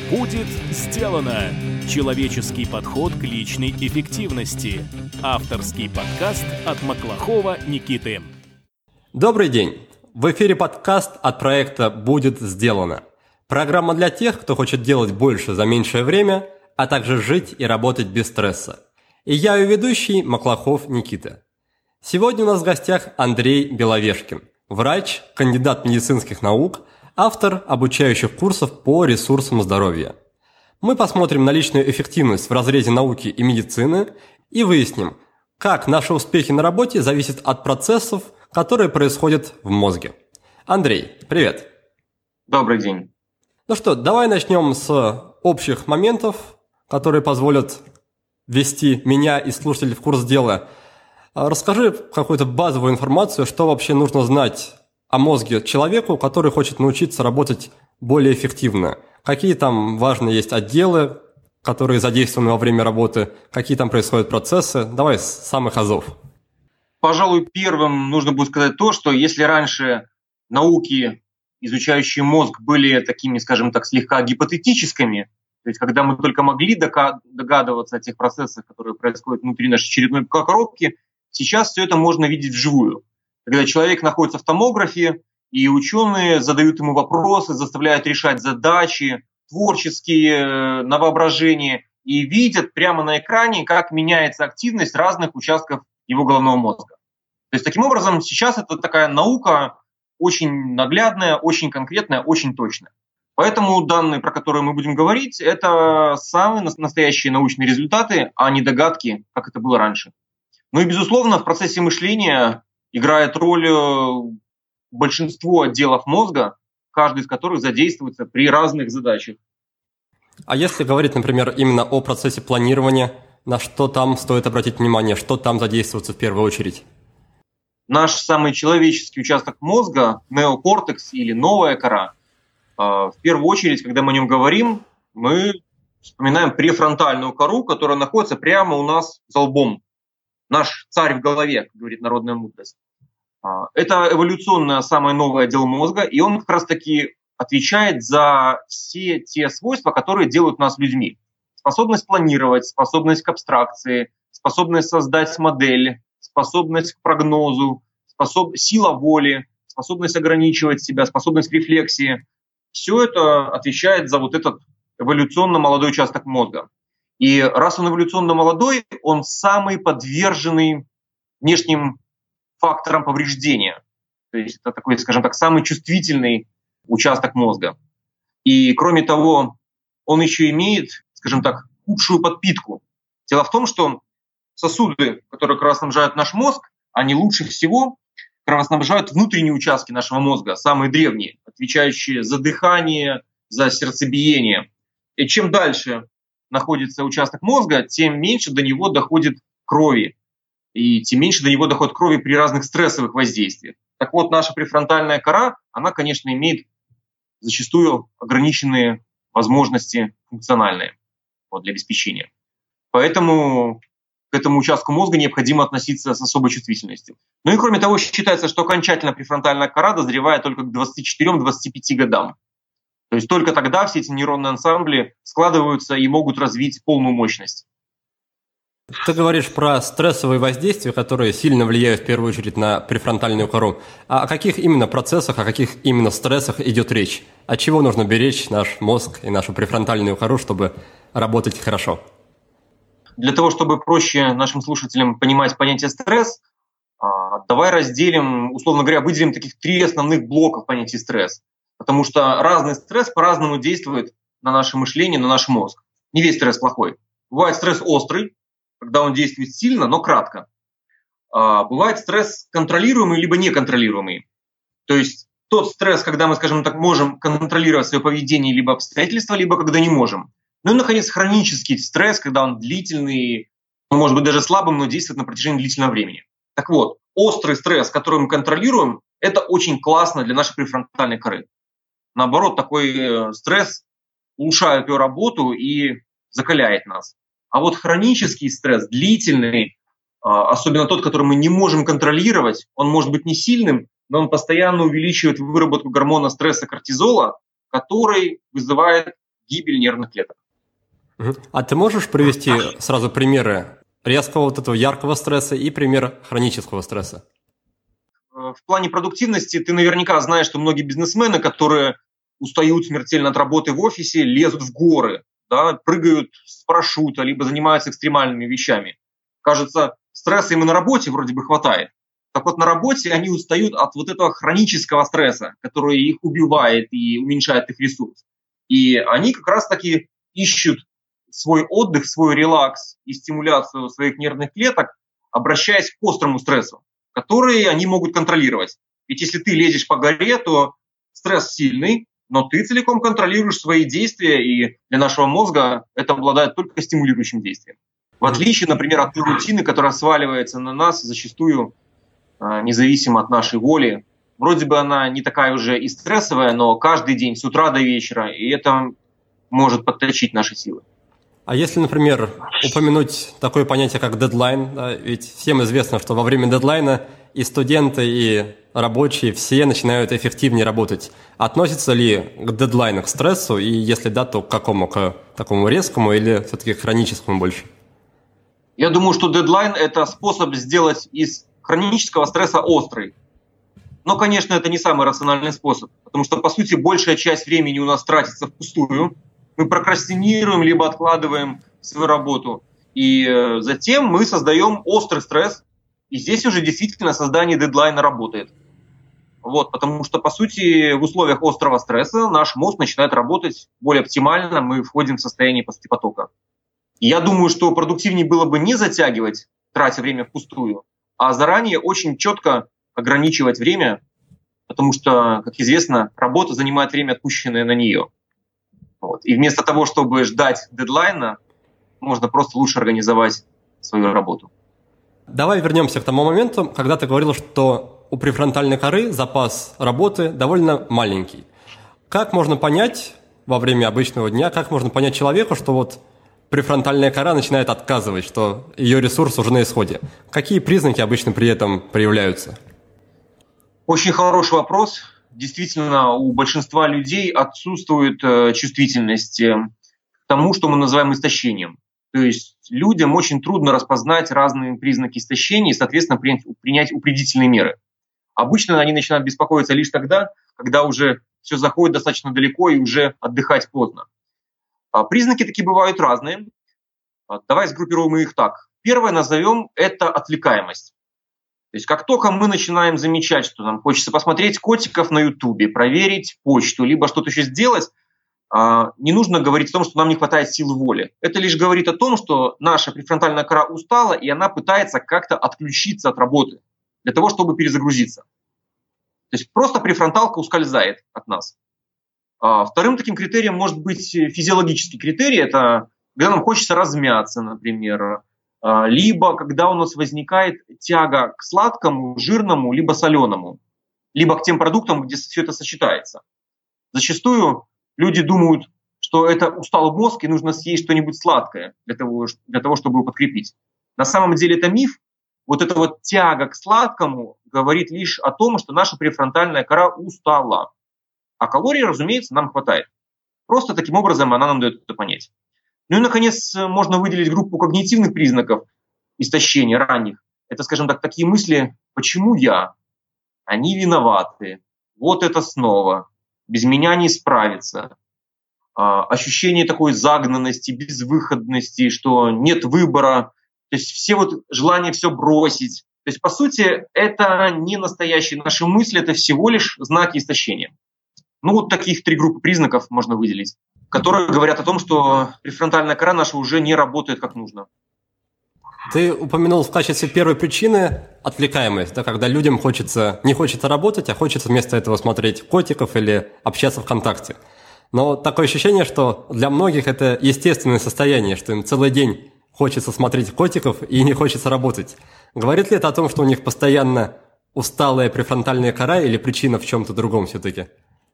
Будет сделано! Человеческий подход к личной эффективности. Авторский подкаст от Маклахова Никиты. Добрый день! В эфире подкаст от проекта «Будет сделано». Программа для тех, кто хочет делать больше за меньшее время, а также жить и работать без стресса. И я ее ведущий Маклахов Никита. Сегодня у нас в гостях Андрей Беловешкин, врач, кандидат медицинских наук, автор обучающих курсов по ресурсам здоровья. Мы посмотрим на личную эффективность в разрезе науки и медицины и выясним, как наши успехи на работе зависят от процессов, которые происходят в мозге. Андрей, привет. Добрый день. Ну что, давай начнем с общих моментов, которые позволят ввести меня и слушателей в курс дела. Расскажи какую-то базовую информацию, что вообще нужно знать о мозге человеку, который хочет научиться работать более эффективно. Какие там важные есть отделы, которые задействованы во время работы, какие там происходят процессы. Давай с самых азов. Пожалуй, первым нужно будет сказать то, что если раньше науки, изучающие мозг, были такими, скажем так, слегка гипотетическими, то есть когда мы только могли догадываться о тех процессах, которые происходят внутри нашей черепной коробки, сейчас все это можно видеть вживую. Когда человек находится в томографе, и ученые задают ему вопросы, заставляют решать задачи, творческие, на воображение, и видят прямо на экране, как меняется активность разных участков его головного мозга. То есть таким образом сейчас это такая наука очень наглядная, очень конкретная, очень точная. Поэтому данные, про которые мы будем говорить, это самые настоящие научные результаты, а не догадки, как это было раньше. Ну и, безусловно, в процессе мышления играет роль большинство отделов мозга, каждый из которых задействуется при разных задачах. А если говорить, например, именно о процессе планирования, на что там стоит обратить внимание, что там задействуется в первую очередь? Наш самый человеческий участок мозга, неокортекс или новая кора, в первую очередь, когда мы о нем говорим, мы вспоминаем префронтальную кору, которая находится прямо у нас за лбом. Наш царь в голове, как говорит народная мудрость. Это эволюционно самый новый отдел мозга, и он как раз-таки отвечает за все те свойства, которые делают нас людьми. Способность планировать, способность к абстракции, способность создать модель, способность к прогнозу, сила воли, способность ограничивать себя, способность к рефлексии. Все это отвечает за вот этот эволюционно молодой участок мозга. И раз он эволюционно молодой, он самый подверженный внешним факторам повреждения. То есть это такой, скажем так, самый чувствительный участок мозга. И кроме того, он еще имеет, скажем так, худшую подпитку. Дело в том, что сосуды, которые кровоснабжают наш мозг, они лучше всего кровоснабжают внутренние участки нашего мозга, самые древние, отвечающие за дыхание, за сердцебиение. И чем дальше находится участок мозга, тем меньше до него доходит крови. И тем меньше до него доходит крови при разных стрессовых воздействиях. Так вот, наша префронтальная кора, она, конечно, имеет зачастую ограниченные возможности функциональные для обеспечения. Поэтому к этому участку мозга необходимо относиться с особой чувствительностью. Ну и кроме того, считается, что окончательно префронтальная кора дозревает только к 24-25 годам. То есть только тогда все эти нейронные ансамбли складываются и могут развить полную мощность. Ты говоришь про стрессовые воздействия, которые сильно влияют в первую очередь на префронтальную кору. А о каких именно процессах, о каких именно стрессах идет речь? От чего нужно беречь наш мозг и нашу префронтальную кору, чтобы работать хорошо? Для того, чтобы проще нашим слушателям понимать понятие стресс, давай разделим, условно говоря, выделим таких 3 основных блока в понятии стресс. Потому что разный стресс по-разному действует на наше мышление, на наш мозг. Не весь стресс плохой. Бывает стресс острый, когда он действует сильно, но кратко. Бывает стресс контролируемый либо неконтролируемый. То есть тот стресс, когда мы, скажем так, можем контролировать свое поведение либо обстоятельства, либо когда не можем. Ну и, наконец, хронический стресс, когда он длительный, он может быть даже слабым, но действует на протяжении длительного времени. Так вот, острый стресс, который мы контролируем, это очень классно для нашей префронтальной коры. Наоборот, такой стресс улучшает ее работу и закаляет нас. А вот хронический стресс, длительный, особенно тот, который мы не можем контролировать, он может быть не сильным, но он постоянно увеличивает выработку гормона стресса кортизола, который вызывает гибель нервных клеток. А ты можешь привести сразу примеры резкого вот этого яркого стресса и пример хронического стресса? В плане продуктивности ты наверняка знаешь, что многие бизнесмены, которые устают смертельно от работы в офисе, лезут в горы, да, прыгают с парашюта, либо занимаются экстремальными вещами. Кажется, стресса им и на работе вроде бы хватает. Так вот, на работе они устают от вот этого хронического стресса, который их убивает и уменьшает их ресурс. И они как раз-таки ищут свой отдых, свой релакс и стимуляцию своих нервных клеток, обращаясь к острому стрессу, который они могут контролировать. Ведь если ты лезешь по горе, то стресс сильный, но ты целиком контролируешь свои действия, и для нашего мозга это обладает только стимулирующим действием. В отличие, например, от той рутины, которая сваливается на нас зачастую независимо от нашей воли. Вроде бы она не такая уже и стрессовая, но каждый день с утра до вечера, и это может подточить наши силы. А если, например, упомянуть такое понятие, как дедлайн, да, ведь всем известно, что во время дедлайна и студенты, и рабочие все начинают эффективнее работать. Относится ли к дедлайну к стрессу, и если да, то к какому? К такому резкому или все-таки к хроническому больше? Я думаю, что дедлайн – это способ сделать из хронического стресса острый. Но, конечно, это не самый рациональный способ, потому что, по сути, большая часть времени у нас тратится впустую. Мы прокрастинируем, либо откладываем свою работу. И затем мы создаем острый стресс. И здесь уже действительно создание дедлайна работает. Вот, потому что, по сути, в условиях острого стресса наш мозг начинает работать более оптимально, мы входим в состояние потока. И я думаю, что продуктивнее было бы не затягивать, тратя время впустую, а заранее очень четко ограничивать время, потому что, как известно, работа занимает время, отпущенное на нее. Вот. И вместо того, чтобы ждать дедлайна, можно просто лучше организовать свою работу. Давай вернемся к тому моменту, когда ты говорил, что у префронтальной коры запас работы довольно маленький. Как можно понять во время обычного дня, как можно понять человеку, что вот префронтальная кора начинает отказывать, что ее ресурс уже на исходе? Какие признаки обычно при этом проявляются? Очень хороший вопрос. Действительно, у большинства людей отсутствует чувствительность к тому, что мы называем истощением. То есть людям очень трудно распознать разные признаки истощения и, соответственно, принять упредительные меры. Обычно они начинают беспокоиться лишь тогда, когда уже все заходит достаточно далеко и уже отдыхать поздно. Признаки такие бывают разные. Давай сгруппируем их так. Первое назовем – это отвлекаемость. То есть как только мы начинаем замечать, что нам хочется посмотреть котиков на Ютубе, проверить почту, либо что-то еще сделать, не нужно говорить о том, что нам не хватает силы воли. Это лишь говорит о том, что наша префронтальная кора устала, и она пытается как-то отключиться от работы для того, чтобы перезагрузиться. То есть просто префронталка ускользает от нас. Вторым таким критерием может быть физиологический критерий. Это когда нам хочется размяться, например, либо когда у нас возникает тяга к сладкому, жирному, либо соленому, либо к тем продуктам, где все это сочетается. Зачастую люди думают, что это устал мозг и нужно съесть что-нибудь сладкое для того, чтобы его подкрепить. На самом деле это миф. Вот эта вот тяга к сладкому говорит лишь о том, что наша префронтальная кора устала. А калорий, разумеется, нам хватает. Просто таким образом она нам дает это понять. Ну и, наконец, можно выделить группу когнитивных признаков истощения ранних. Это, скажем так, такие мысли: «Почему я? Они виноваты. Вот это снова. Без меня не справиться». Ощущение такой загнанности, безвыходности, что нет выбора. То есть все вот желание все бросить. То есть, по сути, это не настоящие наши мысли, это всего лишь знаки истощения. Ну, вот таких 3 группы признаков можно выделить, которые говорят о том, что префронтальная кора наша уже не работает как нужно. Ты упомянул в качестве первой причины отвлекаемость, да, когда людям не хочется работать, а хочется вместо этого смотреть котиков или общаться ВКонтакте. Но такое ощущение, что для многих это естественное состояние, что им целый день хочется смотреть котиков и не хочется работать. Говорит ли это о том, что у них постоянно усталая префронтальная кора или причина в чем-то другом все-таки?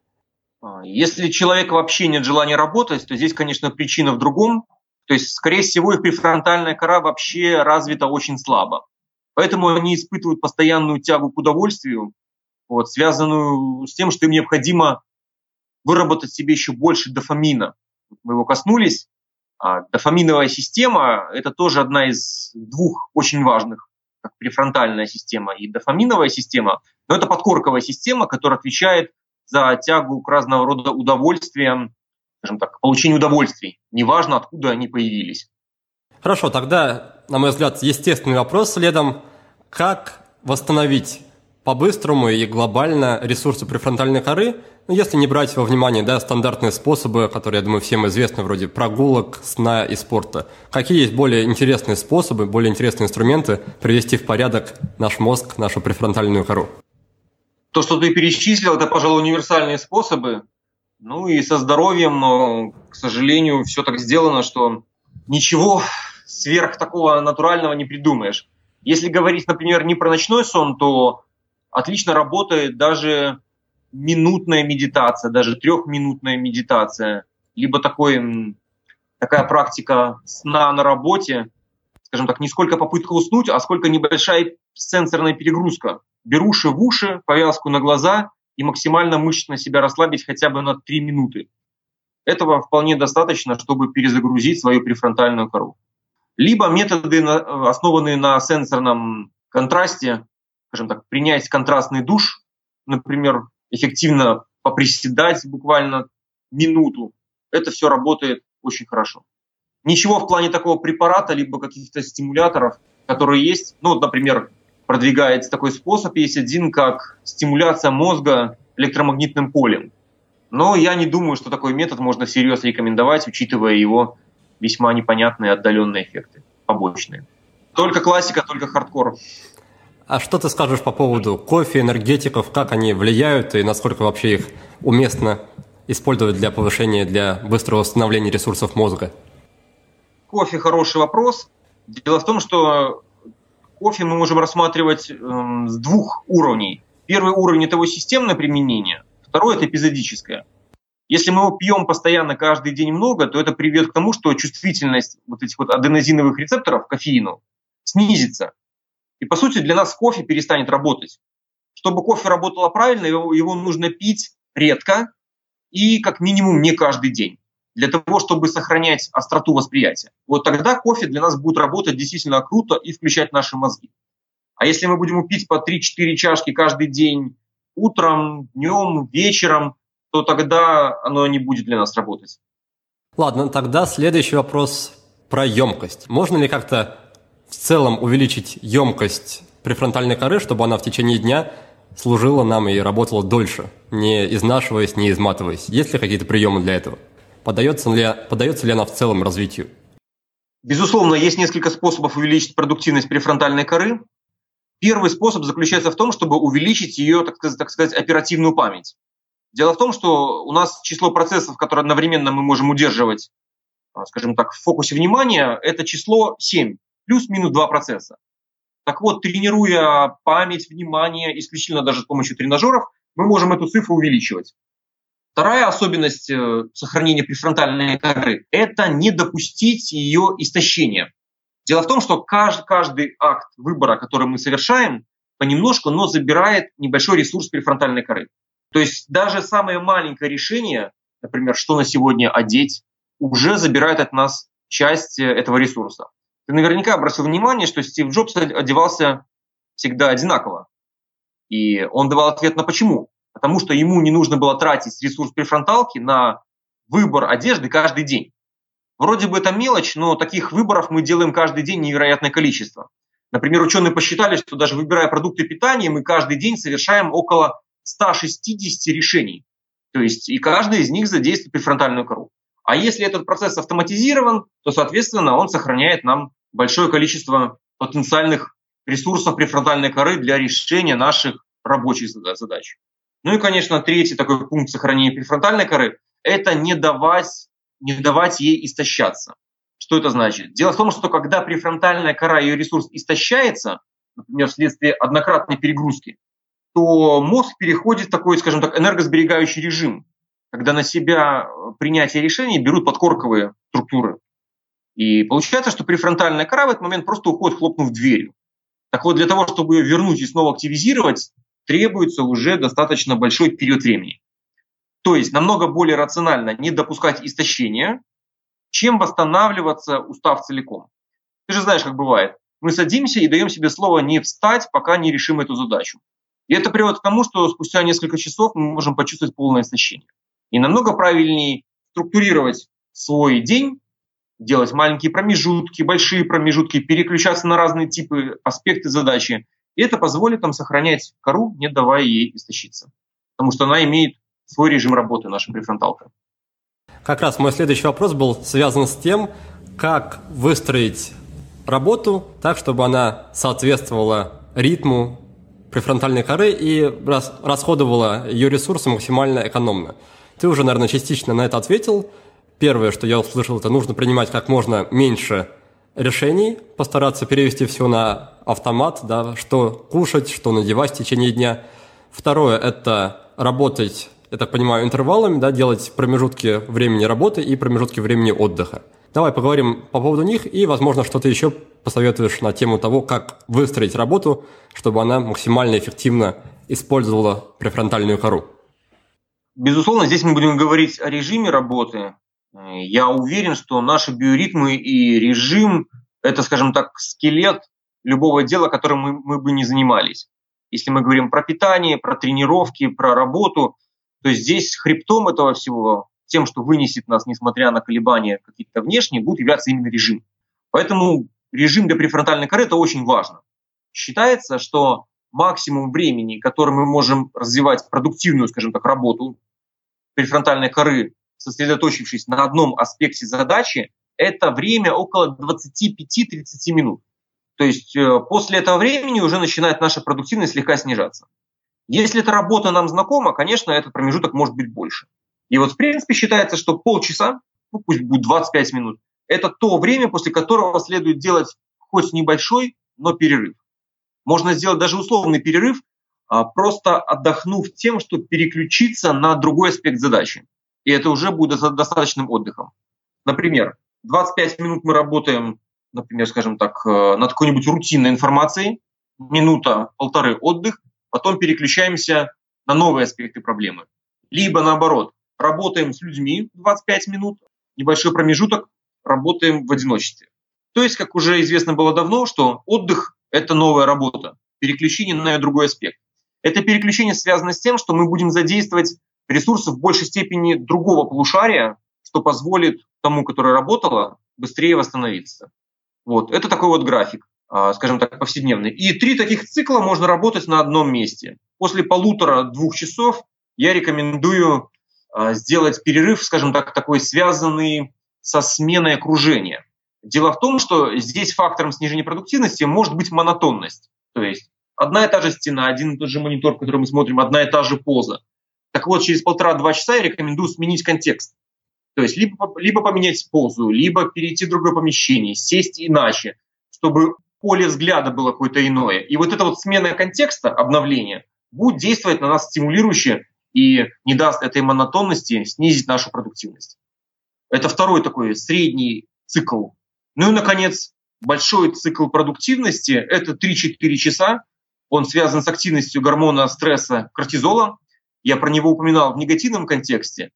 Если у человека вообще нет желания работать, то здесь, конечно, причина в другом. То есть, скорее всего, их префронтальная кора вообще развита очень слабо. Поэтому они испытывают постоянную тягу к удовольствию, связанную с тем, что им необходимо выработать себе еще больше дофамина. мы его коснулись. Дофаминовая система – это тоже одна из двух очень важных, как префронтальная система и дофаминовая система, но это подкорковая система, которая отвечает за тягу к разного рода удовольствиям, скажем так, получению удовольствий, неважно, откуда они появились. Хорошо, тогда, на мой взгляд, естественный вопрос следом. Как восстановить по-быстрому и глобально ресурсы префронтальной коры, если не брать во внимание стандартные способы, которые, я думаю, всем известны, вроде прогулок, сна и спорта? Какие есть более интересные способы, более интересные инструменты привести в порядок наш мозг, нашу префронтальную кору? То, что ты перечислил, это, пожалуй, универсальные способы. Ну и со здоровьем, к сожалению, все так сделано, что ничего сверх такого натурального не придумаешь. Если говорить, например, не про ночной сон, то отлично работает даже минутная медитация, даже 3-минутная медитация, либо такая практика сна на работе, скажем так, не сколько попытка уснуть, а сколько небольшая сенсорная перегрузка. Беруши в уши, повязку на глаза и максимально мышечно себя расслабить хотя бы на 3 минуты. Этого вполне достаточно, чтобы перезагрузить свою префронтальную кору. Либо методы, основанные на сенсорном контрасте, скажем так, принять контрастный душ, например, эффективно поприседать буквально минуту. Это все работает очень хорошо. Ничего в плане такого препарата, либо каких-то стимуляторов, которые есть. Например, продвигается такой способ, есть один, как стимуляция мозга электромагнитным полем. Но я не думаю, что такой метод можно всерьез рекомендовать, учитывая его весьма непонятные отдаленные эффекты, побочные. Только классика, только хардкор. А что ты скажешь по поводу кофе, энергетиков, как они влияют и насколько вообще их уместно использовать для повышения, для быстрого восстановления ресурсов мозга? Кофе – хороший вопрос. Дело в том, что кофе мы можем рассматривать с 2 уровней. Первый уровень – это его системное применение, второй – это эпизодическое. Если мы его пьем постоянно каждый день много, то это приведет к тому, что чувствительность этих аденозиновых рецепторов к кофеину снизится. И, по сути, для нас кофе перестанет работать. Чтобы кофе работало правильно, его нужно пить редко и как минимум не каждый день, для того, чтобы сохранять остроту восприятия. Вот тогда кофе для нас будет работать действительно круто и включать наши мозги. А если мы будем пить по 3-4 чашки каждый день, утром, днем, вечером, то тогда оно не будет для нас работать. Ладно, тогда следующий вопрос про емкость. Можно ли как-то в целом увеличить емкость префронтальной коры, чтобы она в течение дня служила нам и работала дольше, не изнашиваясь, не изматываясь? Есть ли какие-то приемы для этого? Поддается ли она в целом развитию? Безусловно, есть несколько способов увеличить продуктивность префронтальной коры. Первый способ заключается в том, чтобы увеличить ее, так сказать, оперативную память. Дело в том, что у нас число процессов, которые одновременно мы можем удерживать, скажем так, в фокусе внимания, это число 7, плюс-минус 2 процесса. Так вот, тренируя память, внимание, исключительно даже с помощью тренажеров, мы можем эту цифру увеличивать. Вторая особенность сохранения префронтальной коры – это не допустить ее истощения. Дело в том, что каждый акт выбора, который мы совершаем, понемножку, но забирает небольшой ресурс префронтальной коры. То есть даже самое маленькое решение, например, что на сегодня одеть, уже забирает от нас часть этого ресурса. Ты наверняка обратил внимание, что Стив Джобс одевался всегда одинаково. И он давал ответ на почему. Потому что ему не нужно было тратить ресурс префронталки на выбор одежды каждый день. Вроде бы это мелочь, но таких выборов мы делаем каждый день невероятное количество. Например, ученые посчитали, что даже выбирая продукты питания, мы каждый день совершаем около 160 решений. То есть и каждый из них задействует префронтальную кору. А если этот процесс автоматизирован, то, соответственно, он сохраняет нам большое количество потенциальных ресурсов префронтальной коры для решения наших рабочих задач. Ну и, конечно, третий такой пункт сохранения префронтальной коры – это не давать ей истощаться. Что это значит? Дело в том, что когда префронтальная кора, ее ресурс истощается, например, вследствие однократной перегрузки, то мозг переходит в такой, скажем так, энергосберегающий режим, когда на себя принятие решений берут подкорковые структуры. И получается, что префронтальная кора в этот момент просто уходит, хлопнув дверью. Так вот, для того, чтобы ее вернуть и снова активизировать, требуется уже достаточно большой период времени. То есть намного более рационально не допускать истощения, чем восстанавливаться, устав целиком. Ты же знаешь, как бывает. Мы садимся и даем себе слово не встать, пока не решим эту задачу. И это приводит к тому, что спустя несколько часов мы можем почувствовать полное истощение. И намного правильнее структурировать свой день, делать маленькие промежутки, большие промежутки, переключаться на разные типы, аспекты задачи. И это позволит нам сохранять кору, не давая ей истощиться. Потому что она имеет свой режим работы, наша префронталка. Как раз мой следующий вопрос был связан с тем, как выстроить работу так, чтобы она соответствовала ритму префронтальной коры и расходовала ее ресурсы максимально экономно. Ты уже, наверное, частично на это ответил. Первое, что я услышал, это нужно принимать как можно меньше решений, постараться перевести все на автомат, да, что кушать, что надевать в течение дня. Второе – это работать, я так понимаю, интервалами, да, делать промежутки времени работы и промежутки времени отдыха. Давай поговорим по поводу них и, возможно, что-то еще посоветуешь на тему того, как выстроить работу, чтобы она максимально эффективно использовала префронтальную кору. Безусловно, здесь мы будем говорить о режиме работы. Я уверен, что наши биоритмы и режим – это, скажем так, скелет любого дела, которым мы бы не занимались. Если мы говорим про питание, про тренировки, про работу, то здесь хребтом этого всего, тем, что вынесет нас, несмотря на колебания какие-то внешние, будет являться именно режим. Поэтому режим для префронтальной коры – это очень важно. Считается, что максимум времени, которое мы можем развивать продуктивную, скажем так, работу префронтальной коры, сосредоточившись на одном аспекте задачи, это время около 25-30 минут. То есть после этого времени уже начинает наша продуктивность слегка снижаться. Если эта работа нам знакома, конечно, этот промежуток может быть больше. И вот в принципе считается, что полчаса, пусть будет 25 минут, это то время, после которого следует делать хоть небольшой, но перерыв. Можно сделать даже условный перерыв, просто отдохнув тем, что переключиться на другой аспект задачи. И это уже будет достаточным отдыхом. Например, 25 минут мы работаем, например, скажем так, над какой-нибудь рутинной информацией, минута-полторы отдых, потом переключаемся на новые аспекты проблемы. Либо наоборот, работаем с людьми 25 минут, небольшой промежуток, работаем в одиночестве. То есть, как уже известно было давно, что отдых – это новая работа, переключение на другой аспект. Это переключение связано с тем, что мы будем задействовать ресурсы в большей степени другого полушария, что позволит тому, которое работало, быстрее восстановиться. Вот. Это такой вот график, скажем так, повседневный. И 3 таких цикла можно работать на одном месте. После 1,5-2 часов я рекомендую сделать перерыв, скажем так, такой связанный со сменой окружения. Дело в том, что здесь фактором снижения продуктивности может быть монотонность. То есть одна и та же стена, один и тот же монитор, который мы смотрим, одна и та же поза. Так вот, через 1,5-2 часа я рекомендую сменить контекст. То есть либо поменять позу, либо перейти в другое помещение, сесть иначе, чтобы поле взгляда было какое-то иное. И вот эта вот смена контекста, обновление, будет действовать на нас стимулирующе и не даст этой монотонности снизить нашу продуктивность. Это второй такой средний цикл. Ну и, наконец, большой цикл продуктивности – это 3-4 часа. Он связан с активностью гормона стресса кортизола. Я про него упоминал в негативном контексте.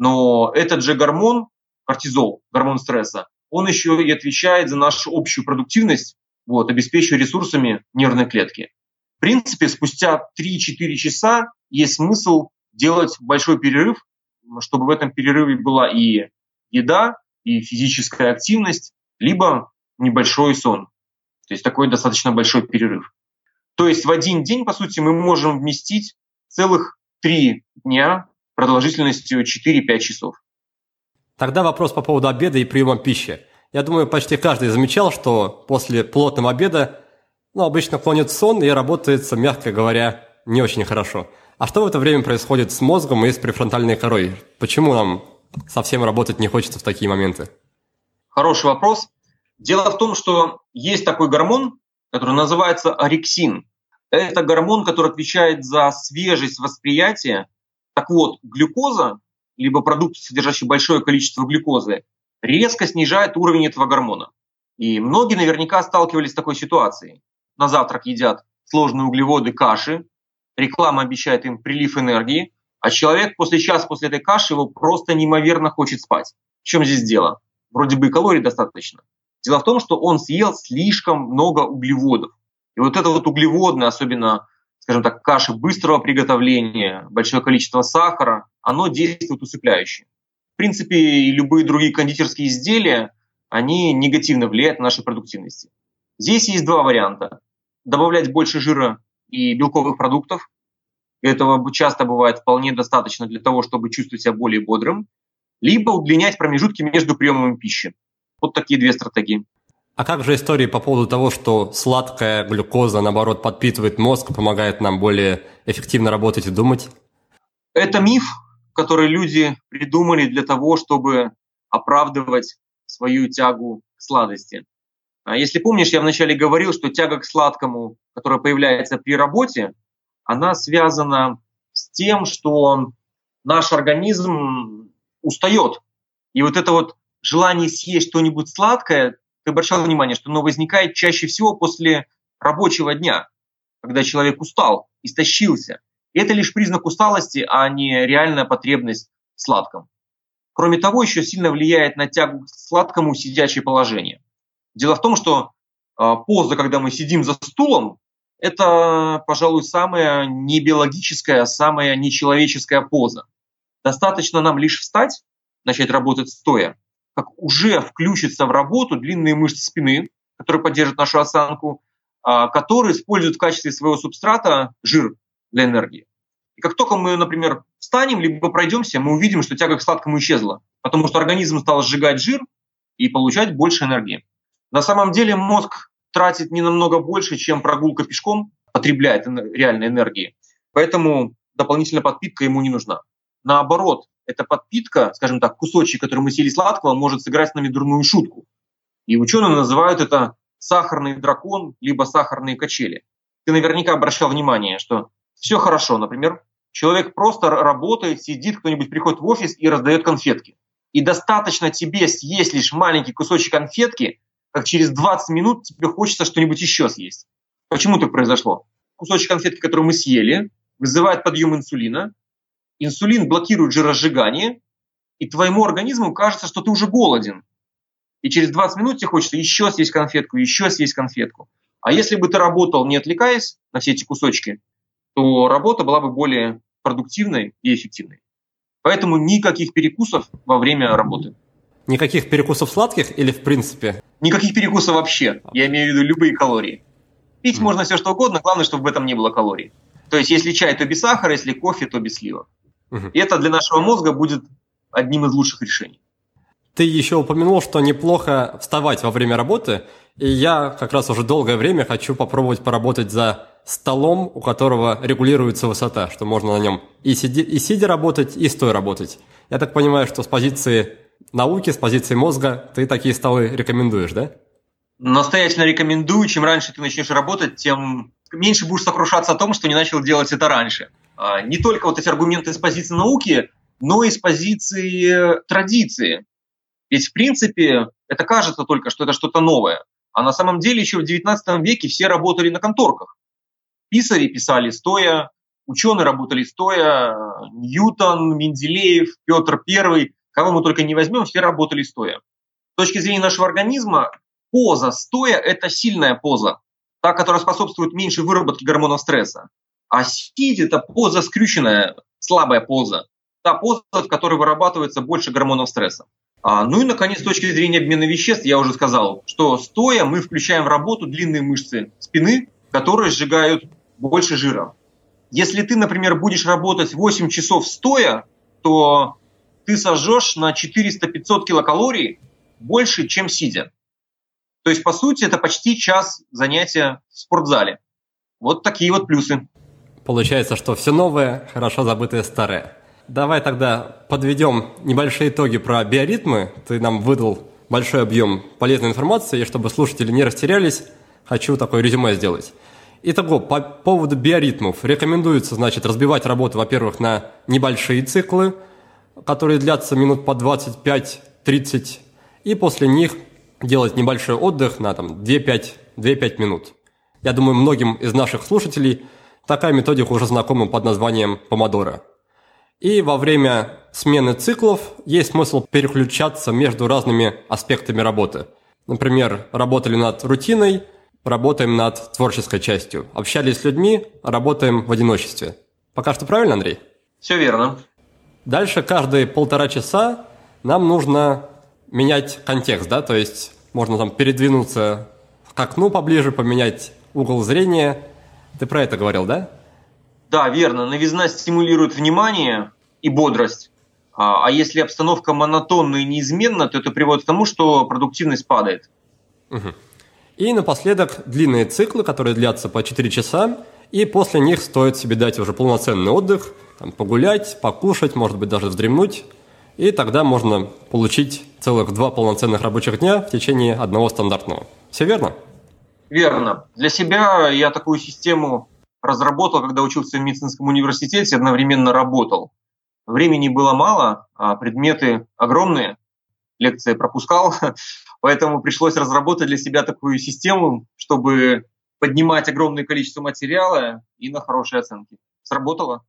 Но этот же гормон, кортизол, гормон стресса, он еще и отвечает за нашу общую продуктивность, обеспечивая ресурсами нервной клетки. В принципе, спустя 3-4 часа есть смысл делать большой перерыв, чтобы в этом перерыве была и еда, и физическая активность, либо небольшой сон. То есть такой достаточно большой перерыв. То есть в один день, по сути, мы можем вместить целых 3 дня продолжительностью 4-5 часов. Тогда вопрос по поводу обеда и приема пищи. Я думаю, почти каждый замечал, что после плотного обеда обычно клонит сон и работается, мягко говоря, не очень хорошо. А что в это время происходит с мозгом и с префронтальной корой? Почему нам совсем работать не хочется в такие моменты? Хороший вопрос. Дело в том, что есть такой гормон, который называется орексин. Это гормон, который отвечает за свежесть восприятия. Так вот, глюкоза, либо продукт, содержащий большое количество глюкозы, резко снижает уровень этого гормона. И многие наверняка сталкивались с такой ситуацией. На завтрак едят сложные углеводы, каши, реклама обещает им прилив энергии, А человек после часа после этой каши его просто неимоверно хочет спать. В чем здесь дело? Вроде бы и калорий достаточно. Дело в том, что он съел слишком много углеводов. И вот это вот углеводное, особенно, скажем так, каши быстрого приготовления, большое количество сахара, оно действует усыпляюще. В принципе, и любые другие кондитерские изделия, они негативно влияют на нашу продуктивность. Здесь есть два варианта. Добавлять больше жира и белковых продуктов. Этого часто бывает вполне достаточно для того, чтобы чувствовать себя более бодрым. Либо удлинять промежутки между приемами пищи. Вот такие две стратегии. А как же истории по поводу того, что сладкая глюкоза, наоборот, подпитывает мозг, помогает нам более эффективно работать и думать? Это миф, который люди придумали для того, чтобы оправдывать свою тягу к сладости. Если помнишь, я вначале говорил, что тяга к сладкому, которая появляется при работе, она связана с тем, что наш организм устает. И вот это вот желание съесть что-нибудь сладкое, ты обращал внимание, что оно возникает чаще всего после рабочего дня, когда человек устал, истощился. И это лишь признак усталости, а не реальная потребность в сладком. Кроме того, еще сильно влияет на тягу к сладкому сидячее положение. Дело в том, что поза, когда мы сидим за стулом, это, пожалуй, самая небиологическая, самая нечеловеческая поза. Достаточно нам лишь встать, начать работать стоя, как уже включатся в работу длинные мышцы спины, которые поддерживают нашу осанку, которые используют в качестве своего субстрата жир для энергии. И как только мы, например, встанем, либо пройдемся, мы увидим, что тяга к сладкому исчезла, потому что организм стал сжигать жир и получать больше энергии. На самом деле мозг тратит не намного больше, чем прогулка пешком потребляет реальной энергии. Поэтому дополнительная подпитка ему не нужна. Наоборот, эта подпитка, скажем так, кусочек, который мы съели сладкого, может сыграть с нами дурную шутку. И ученые называют это сахарный дракон, либо сахарные качели. Ты наверняка обращал внимание, что все хорошо, например, человек просто работает, сидит, кто-нибудь приходит в офис и раздает конфетки. И достаточно тебе съесть лишь маленький кусочек конфетки, как через 20 минут тебе хочется что-нибудь еще съесть. Почему так произошло? Кусочек конфетки, который мы съели, вызывает подъем инсулина. Инсулин блокирует жиросжигание, и твоему организму кажется, что ты уже голоден. И через 20 минут тебе хочется еще съесть конфетку, еще съесть конфетку. А если бы ты работал, не отвлекаясь на все эти кусочки, то работа была бы более продуктивной и эффективной. Поэтому никаких перекусов во время работы. Никаких перекусов сладких или в принципе? Никаких перекусов вообще. Я имею в виду любые калории. Пить можно все что угодно, главное, чтобы в этом не было калорий. То есть, если чай, то без сахара, если кофе, то без сливок. И это для нашего мозга будет одним из лучших решений. Ты еще упомянул, что неплохо вставать во время работы, и я как раз уже долгое время хочу попробовать поработать за столом, у которого регулируется высота, что можно на нем и сидя работать, и стоя работать. Я так понимаю, что с позиции науки, с позиции мозга ты такие столы рекомендуешь, да? Настоятельно рекомендую. Чем раньше ты начнешь работать, тем меньше будешь сокрушаться о том, что не начал делать это раньше. Не только вот эти аргументы с позиции науки, но и с позиции традиции. Ведь в принципе это кажется только, что это что-то новое. А на самом деле еще в XIX веке все работали на конторках. Писари писали стоя, ученые работали стоя, Ньютон, Менделеев, Петр I, кого мы только не возьмем, все работали стоя. С точки зрения нашего организма, поза стоя – это сильная поза, та, которая способствует меньшей выработке гормонов стресса. А сидя – это поза скрюченная, слабая поза, та поза, в которой вырабатывается больше гормонов стресса. Ну и, наконец, с точки зрения обмена веществ, я уже сказал, что стоя мы включаем в работу длинные мышцы спины, которые сжигают больше жира. Если ты, например, будешь работать 8 часов стоя, то ты сожжешь на 400-500 килокалорий больше, чем сидя. То есть, по сути, это почти час занятия в спортзале. Вот такие вот плюсы. Получается, что все новое, хорошо забытое старое. Давай тогда подведем небольшие итоги про биоритмы. Ты нам выдал большой объем полезной информации, и чтобы слушатели не растерялись, хочу такое резюме сделать. Итого, по поводу биоритмов. Рекомендуется, значит, разбивать работу, во-первых, на небольшие циклы, которые длятся минут по 25-30, и после них делать небольшой отдых на 2-5 минут. Я думаю, многим из наших слушателей такая методика уже знакома под названием помодоро. И во время смены циклов есть смысл переключаться между разными аспектами работы. Например, работали над рутиной, работаем над творческой частью. Общались с людьми, работаем в одиночестве. Пока что правильно, Андрей? Все верно. Дальше каждые 1,5 часа нам нужно менять контекст, да, то есть можно там передвинуться к окну поближе, поменять угол зрения. Ты про это говорил, да? Да, верно. Новизна стимулирует внимание и бодрость. А если обстановка монотонна и неизменна, то это приводит к тому, что продуктивность падает. Угу. И напоследок длинные циклы, которые длятся по 4 часа, и после них стоит себе дать уже полноценный отдых, там, погулять, покушать, может быть, даже вздремнуть, и тогда можно получить целых 2 полноценных рабочих дня в течение одного стандартного. Все верно? Верно. Для себя я такую систему разработал, когда учился в медицинском университете, одновременно работал. Времени было мало, а предметы огромные, лекции пропускал, поэтому пришлось разработать для себя такую систему, чтобы поднимать огромное количество материала и на хорошие оценки. Сработало.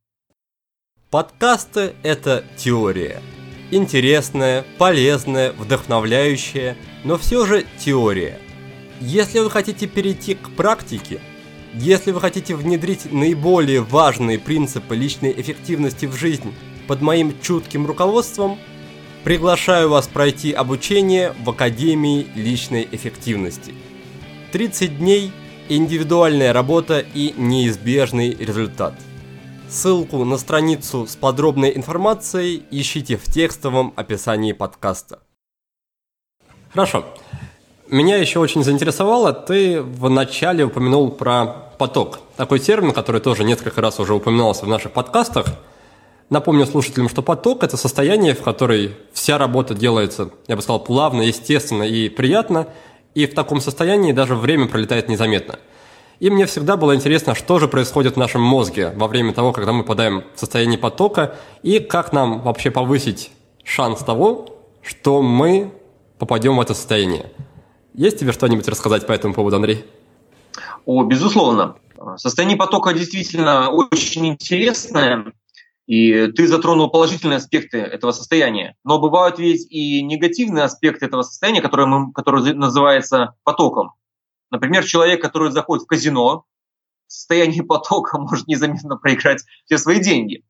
Подкасты – это теория. Интересная, полезная, вдохновляющая, но все же теория. Если вы хотите перейти к практике, если вы хотите внедрить наиболее важные принципы личной эффективности в жизнь под моим чутким руководством, приглашаю вас пройти обучение в Академии личной эффективности. 30 дней, индивидуальная работа и неизбежный результат. Ссылку на страницу с подробной информацией ищите в текстовом описании подкаста. Хорошо. Меня еще очень заинтересовало, ты в начале упомянул про поток. Такой термин, который тоже несколько раз уже упоминался в наших подкастах. Напомню слушателям, что поток – это состояние, в котором вся работа делается, я бы сказал, плавно, естественно и приятно, и в таком состоянии даже время пролетает незаметно. И мне всегда было интересно, что же происходит в нашем мозге во время того, когда мы попадаем в состояние потока, и как нам вообще повысить шанс того, что мы попадем в это состояние. Есть тебе что-нибудь рассказать по этому поводу, Андрей? Безусловно. Состояние потока действительно очень интересное, и ты затронул положительные аспекты этого состояния. Но бывают ведь и негативные аспекты этого состояния, который называется потоком. Например, человек, который заходит в казино, в состоянии потока может незаметно проиграть все свои деньги.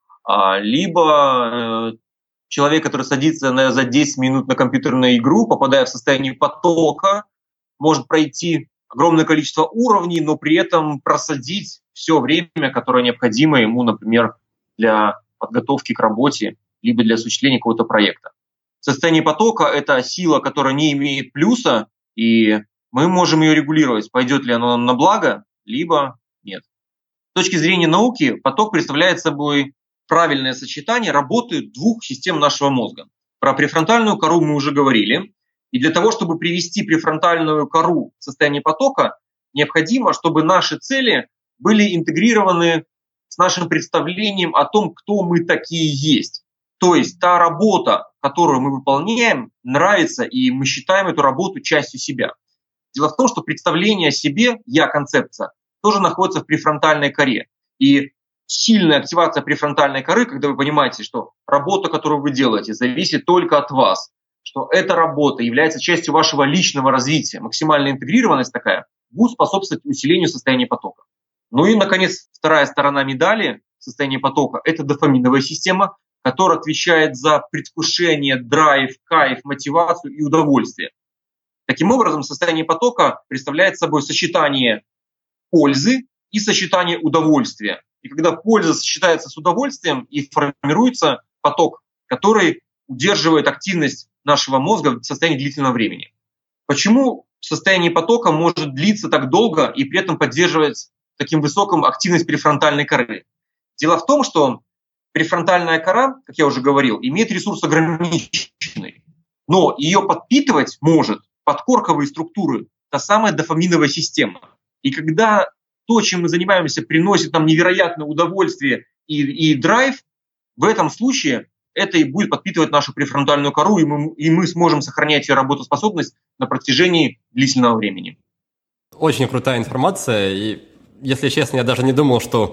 Либо человек, который садится за 10 минут на компьютерную игру, попадая в состояние потока, может пройти огромное количество уровней, но при этом просадить все время, которое необходимо ему, например, для подготовки к работе, либо для осуществления какого-то проекта. Состояние потока – это сила, которая не имеет плюса, и мы можем ее регулировать, пойдет ли оно нам на благо, либо нет. С точки зрения науки, поток представляет собой правильное сочетание работы 2 систем нашего мозга. Про префронтальную кору мы уже говорили. И для того, чтобы привести префронтальную кору в состояние потока, необходимо, чтобы наши цели были интегрированы с нашим представлением о том, кто мы такие есть. То есть та работа, которую мы выполняем, нравится, и мы считаем эту работу частью себя. Дело в том, что представление о себе, я-концепция, тоже находится в префронтальной коре. И сильная активация префронтальной коры, когда вы понимаете, что работа, которую вы делаете, зависит только от вас, что эта работа является частью вашего личного развития, максимальная интегрированность такая, будет способствовать усилению состояния потока. Ну и, наконец, вторая сторона медали состояния потока – это дофаминовая система, которая отвечает за предвкушение, драйв, кайф, мотивацию и удовольствие. Таким образом, состояние потока представляет собой сочетание пользы и сочетание удовольствия. И когда польза сочетается с удовольствием, и формируется поток, который удерживает активность нашего мозга в состоянии длительного времени. Почему состояние потока может длиться так долго и при этом поддерживать таким высоком активность префронтальной коры? Дело в том, что префронтальная кора, как я уже говорил, имеет ресурс ограниченный, но ее подпитывать может подкорковые структуры, та самая дофаминовая система. И когда то, чем мы занимаемся, приносит нам невероятное удовольствие и драйв, в этом случае это и будет подпитывать нашу префронтальную кору, и мы сможем сохранять ее работоспособность на протяжении длительного времени. Очень крутая информация, и, если честно, я даже не думал, что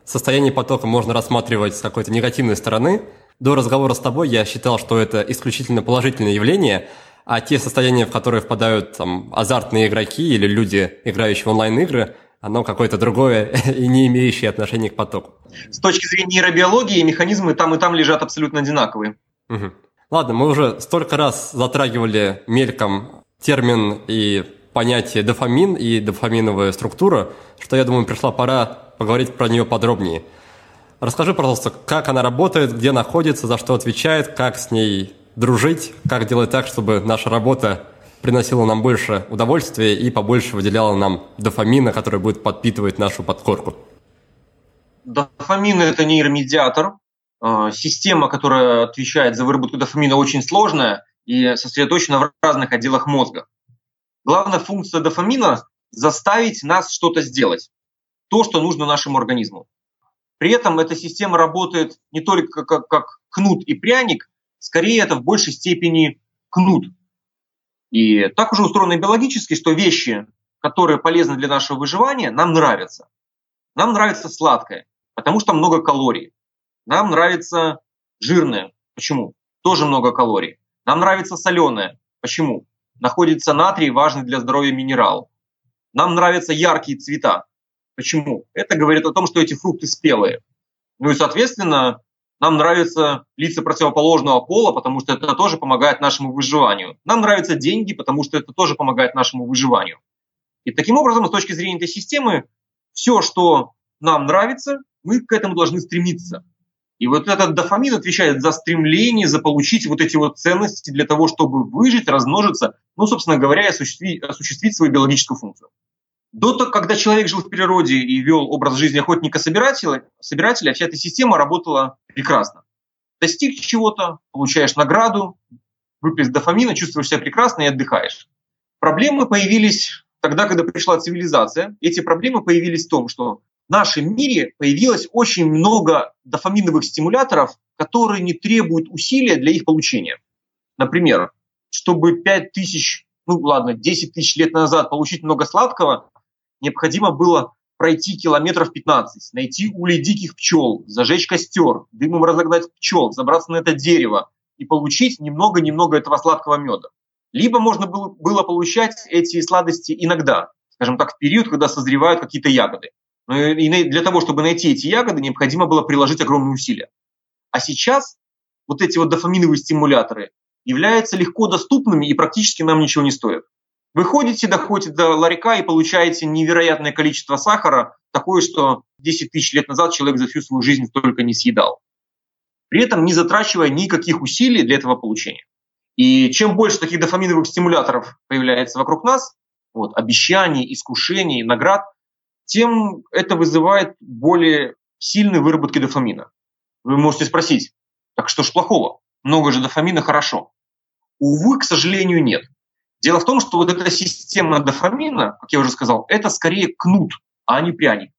состояние потока можно рассматривать с какой-то негативной стороны. До разговора с тобой я считал, что это исключительно положительное явление, а те состояния, в которые впадают там азартные игроки или люди, играющие в онлайн-игры, оно какое-то другое и не имеющее отношения к потоку. С точки зрения нейробиологии механизмы там и там лежат абсолютно одинаковые. Угу. Ладно, мы уже столько раз затрагивали мельком термин и понятие дофамин и дофаминовая структура, что, я думаю, пришла пора поговорить про нее подробнее. Расскажи, пожалуйста, как она работает, где находится, за что отвечает, как с ней дружить, как делать так, чтобы наша работа приносила нам больше удовольствия и побольше выделяла нам дофамина, который будет подпитывать нашу подкорку. Дофамин – это нейромедиатор. Система, которая отвечает за выработку дофамина, очень сложная и сосредоточена в разных отделах мозга. Главная функция дофамина – заставить нас что-то сделать, то, что нужно нашему организму. При этом эта система работает не только как кнут и пряник, скорее это в большей степени кнут. И так уже устроено биологически, что вещи, которые полезны для нашего выживания, нам нравятся. Нам нравится сладкое, потому что много калорий. Нам нравится жирное. Почему? Тоже много калорий. Нам нравится соленое. Почему? Находится натрий, важный для здоровья минерал. Нам нравятся яркие цвета. Почему? Это говорит о том, что эти фрукты спелые. Ну и, соответственно, нам нравятся лица противоположного пола, потому что это тоже помогает нашему выживанию. Нам нравятся деньги, потому что это тоже помогает нашему выживанию. И таким образом, с точки зрения этой системы, все, что нам нравится, мы к этому должны стремиться. И вот этот дофамин отвечает за стремление заполучить вот эти вот ценности для того, чтобы выжить, размножиться, ну, собственно говоря, осуществить свою биологическую функцию. До того, когда человек жил в природе и вел образ жизни охотника-собирателя, вся эта система работала прекрасно. Достиг чего-то, получаешь награду, выплеск дофамина, чувствуешь себя прекрасно и отдыхаешь. Проблемы появились тогда, когда пришла цивилизация. Эти проблемы появились в том, что в нашем мире появилось очень много дофаминовых стимуляторов, которые не требуют усилия для их получения. Например, чтобы 10 тысяч лет назад получить много сладкого, необходимо было пройти километров 15, найти улей диких пчел, зажечь костер, дымом разогнать пчел, забраться на это дерево и получить немного этого сладкого меда. Либо можно было получать эти сладости иногда, скажем так, в период, когда созревают какие-то ягоды. Но и для того, чтобы найти эти ягоды, необходимо было приложить огромные усилия. А сейчас вот эти вот дофаминовые стимуляторы являются легко доступными и практически нам ничего не стоят. Вы доходите до ларька и получаете невероятное количество сахара, такое, что 10 тысяч лет назад человек за всю свою жизнь столько не съедал. При этом не затрачивая никаких усилий для этого получения. И чем больше таких дофаминовых стимуляторов появляется вокруг нас, обещаний, искушений, наград, тем это вызывает более сильные выработки дофамина. Вы можете спросить, так что ж плохого? Много же дофамина, хорошо. Увы, к сожалению, нет. Дело в том, что вот эта система дофамина, как я уже сказал, это скорее кнут, а не пряник.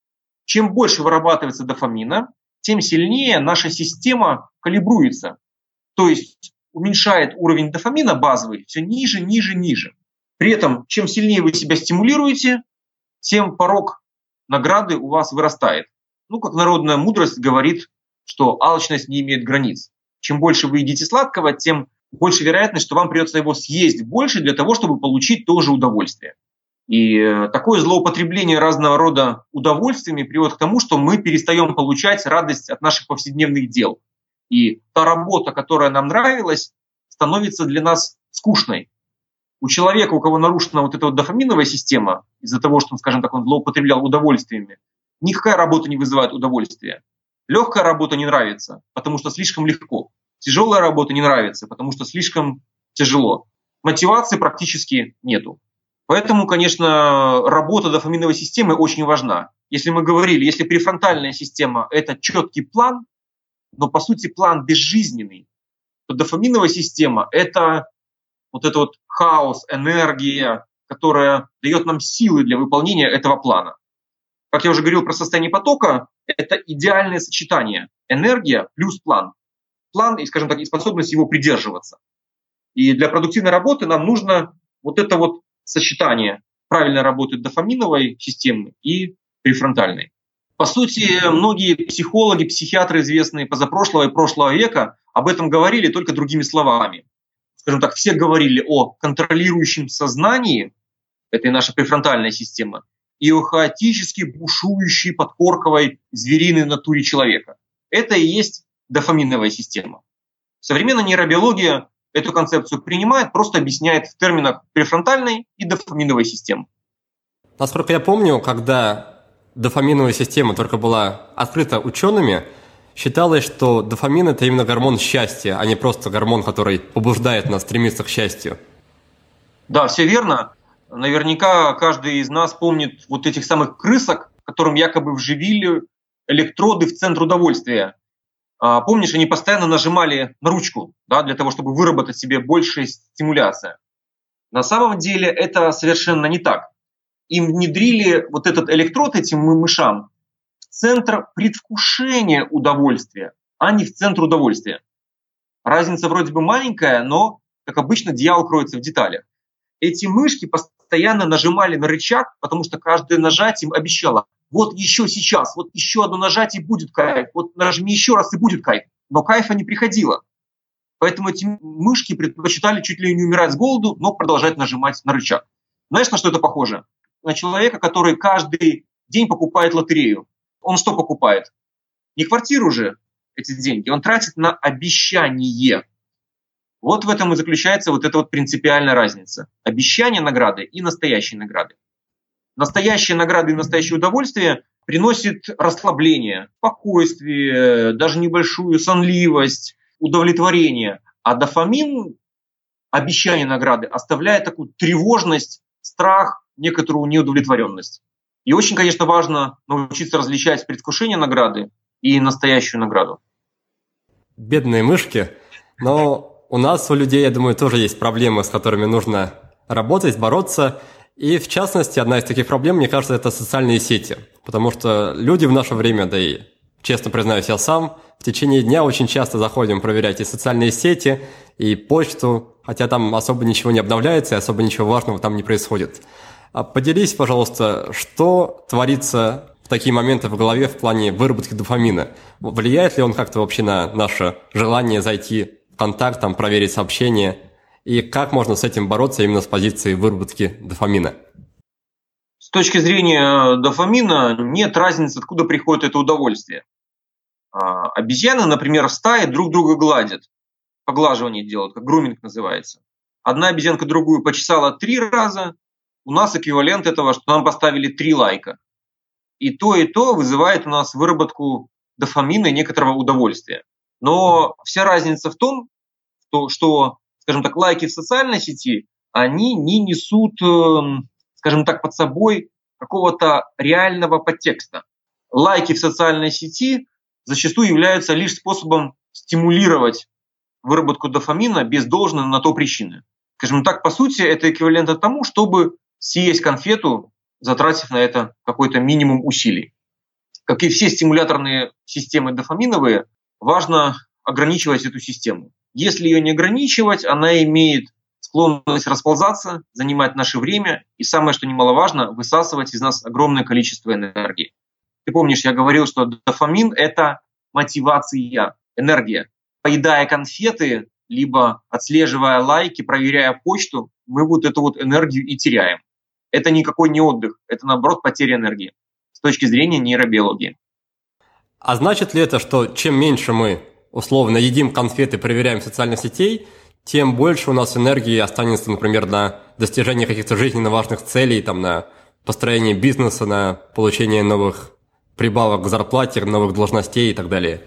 Чем больше вырабатывается дофамина, тем сильнее наша система калибруется. То есть уменьшает уровень дофамина базовый все ниже, ниже, ниже. При этом, чем сильнее вы себя стимулируете, тем порог награды у вас вырастает. Как народная мудрость говорит, что алчность не имеет границ. Чем больше вы едите сладкого, тем больше вероятность, что вам придется его съесть больше для того, чтобы получить то же удовольствие. И такое злоупотребление разного рода удовольствиями приводит к тому, что мы перестаем получать радость от наших повседневных дел. И та работа, которая нам нравилась, становится для нас скучной. У человека, у кого нарушена вот эта вот дофаминовая система, из-за того, что, он злоупотреблял удовольствиями, никакая работа не вызывает удовольствия. Легкая работа не нравится, потому что слишком легко. Тяжелая работа не нравится, потому что слишком тяжело. Мотивации практически нету. Поэтому, конечно, работа дофаминовой системы очень важна. Если мы говорили, если префронтальная система – это четкий план, но по сути план безжизненный, то дофаминовая система – это вот этот хаос, энергия, которая дает нам силы для выполнения этого плана. Как я уже говорил про состояние потока, это идеальное сочетание энергия плюс план. План и, и способность его придерживаться. И для продуктивной работы нам нужно вот это вот сочетание правильной работы дофаминовой системы и префронтальной. По сути, многие психологи, психиатры, известные позапрошлого и прошлого века, об этом говорили только другими словами. Скажем так, все говорили о контролирующем сознании, это и наша префронтальная система, и о хаотически бушующей подкорковой звериной натуре человека. Это и есть дофаминовая система. Современная нейробиология эту концепцию принимает, просто объясняет в терминах префронтальной и дофаминовой системы. Насколько я помню, когда дофаминовая система только была открыта учеными, считалось, что дофамин – это именно гормон счастья, а не просто гормон, который побуждает нас стремиться к счастью. Да, все верно. Наверняка каждый из нас помнит вот этих самых крысок, которым якобы вживили электроды в центр удовольствия. Помнишь, они постоянно нажимали на ручку, да, для того, чтобы выработать себе большая стимуляция. На самом деле это совершенно не так. Им внедрили вот этот электрод этим мышам в центр предвкушения удовольствия, а не в центр удовольствия. Разница вроде бы маленькая, но, как обычно, дьявол кроется в деталях. Эти мышки постоянно нажимали на рычаг, потому что каждое нажатие им обещало: вот еще сейчас, вот еще одно нажатие и будет кайф, вот нажми еще раз и будет кайф. Но кайфа не приходило. Поэтому эти мышки предпочитали чуть ли не умирать с голоду, но продолжать нажимать на рычаг. Знаешь, на что это похоже? На человека, который каждый день покупает лотерею. Он что покупает? Не квартиру же, эти деньги, он тратит на обещание. Вот в этом и заключается вот эта вот принципиальная разница. Обещание награды и настоящие награды. Настоящие награды и настоящее удовольствие приносит расслабление, спокойствие, даже небольшую сонливость, удовлетворение. А дофамин, обещание награды, оставляет такую тревожность, страх, некоторую неудовлетворенность. И очень, конечно, важно научиться различать предвкушение награды и настоящую награду. Бедные мышки, но у нас, у людей, я думаю, тоже есть проблемы, с которыми нужно работать, бороться. И, в частности, одна из таких проблем, мне кажется, это социальные сети. Потому что люди в наше время, да и, честно признаюсь, я сам, в течение дня очень часто заходим проверять и социальные сети, и почту, хотя там особо ничего не обновляется, и особо ничего важного там не происходит. Поделись, пожалуйста, что творится в такие моменты в голове в плане выработки дофамина? Влияет ли он как-то вообще на наше желание зайти в контакт, там, проверить сообщения? И как можно с этим бороться именно с позиции выработки дофамина? С точки зрения дофамина нет разницы, откуда приходит это удовольствие. Обезьяны, например, в стае друг друга гладят. Поглаживание делают, как груминг называется. Одна обезьянка другую почесала 3 раза. У нас эквивалент этого, что нам поставили 3 лайка. И то вызывает у нас выработку дофамина и некоторого удовольствия. Но вся разница в том, что, скажем так, лайки в социальной сети, они не несут, скажем так, под собой какого-то реального подтекста. Лайки в социальной сети зачастую являются лишь способом стимулировать выработку дофамина без должной на то причины. Скажем так, по сути, это эквивалент тому, чтобы съесть конфету, затратив на это какой-то минимум усилий. Как и все стимуляторные системы дофаминовые, важно ограничивать эту систему. Если ее не ограничивать, она имеет склонность расползаться, занимать наше время и, самое что немаловажно, высасывать из нас огромное количество энергии. Ты помнишь, я говорил, что дофамин – это мотивация, энергия. Поедая конфеты, либо отслеживая лайки, проверяя почту, мы вот эту вот энергию и теряем. Это никакой не отдых, это, наоборот, потеря энергии с точки зрения нейробиологии. А значит ли это, что чем меньше мы условно едим конфеты, проверяем социальных сетей, тем больше у нас энергии останется, например, на достижение каких-то жизненно важных целей, там, на построение бизнеса, на получение новых прибавок к зарплате, новых должностей и так далее?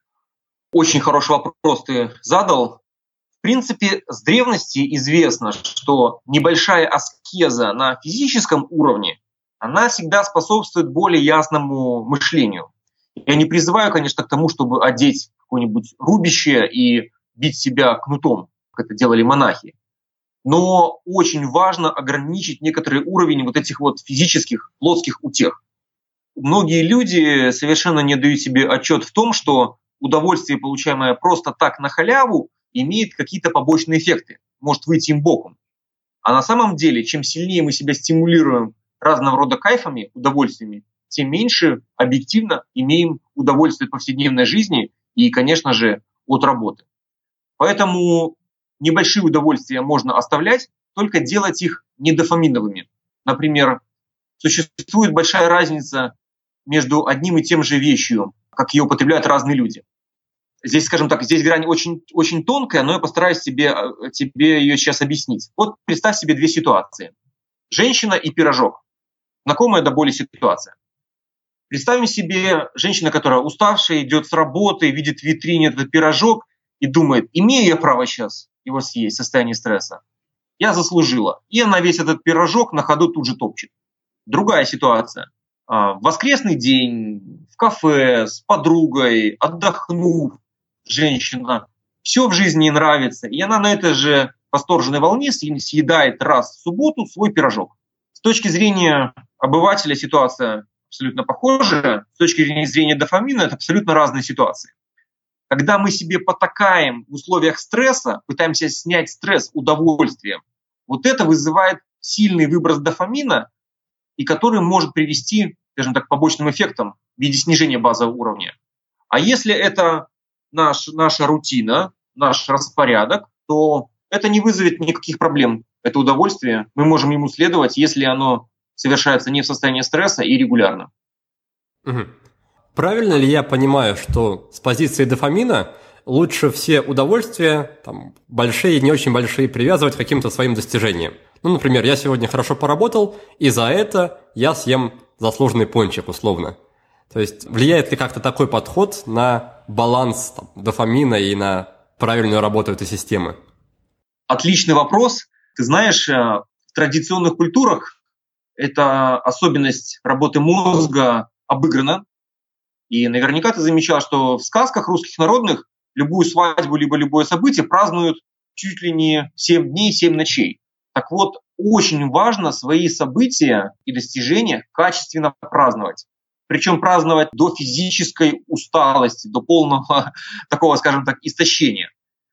Очень хороший вопрос ты задал. В принципе, с древности известно, что небольшая аскеза на физическом уровне, она всегда способствует более ясному мышлению. Я не призываю, конечно, к тому, чтобы одеть какое-нибудь рубище и бить себя кнутом, как это делали монахи. Но очень важно ограничить некоторый уровень вот этих вот физических, плотских утех. Многие люди совершенно не дают себе отчет в том, что удовольствие, получаемое просто так на халяву, имеет какие-то побочные эффекты, может выйти им боком. А на самом деле, чем сильнее мы себя стимулируем разного рода кайфами, удовольствиями, тем меньше объективно имеем удовольствие от повседневной жизни и, конечно же, от работы. Поэтому небольшие удовольствия можно оставлять, только делать их недофаминовыми. Например, существует большая разница между одним и тем же вещью, как ее употребляют разные люди. Здесь, скажем так, здесь грань очень, очень тонкая, но я постараюсь тебе ее сейчас объяснить. Вот представь себе две ситуации. Женщина и пирожок. Знакомая до боли ситуация. Представим себе женщину, которая уставшая, идет с работы, видит в витрине этот пирожок и думает, имею я право сейчас его съесть в состоянии стресса? Я заслужила. И она весь этот пирожок на ходу тут же топчет. Другая ситуация. В воскресный день, в кафе, с подругой, отдохнув, женщина, все в жизни ей нравится, и она на этой же восторженной волне съедает раз в субботу свой пирожок. С точки зрения обывателя ситуация абсолютно похожая, с точки зрения дофамина это абсолютно разные ситуации. Когда мы себе потакаем в условиях стресса, пытаемся снять стресс удовольствием, вот это вызывает сильный выброс дофамина, и который может привести, скажем так, к побочным эффектам в виде снижения базового уровня. А если это наша рутина, наш распорядок, то это не вызовет никаких проблем. Это удовольствие, мы можем ему следовать, если оно совершается не в состоянии стресса и регулярно. Угу. Правильно ли я понимаю, что с позиции дофамина лучше все удовольствия, там, большие и не очень большие, привязывать к каким-то своим достижениям? Ну, например, я сегодня хорошо поработал, и за это я съем заслуженный пончик, условно. То есть влияет ли как-то такой подход на баланс дофамина и на правильную работу этой системы? Отличный вопрос. Ты знаешь, в традиционных культурах эта особенность работы мозга обыграна. И наверняка ты замечал, что в сказках русских народных любую свадьбу либо любое событие празднуют чуть ли не 7 дней, 7 ночей. Так вот, очень важно свои события и достижения качественно праздновать. Причем праздновать до физической усталости, до полного такого, скажем так, истощения.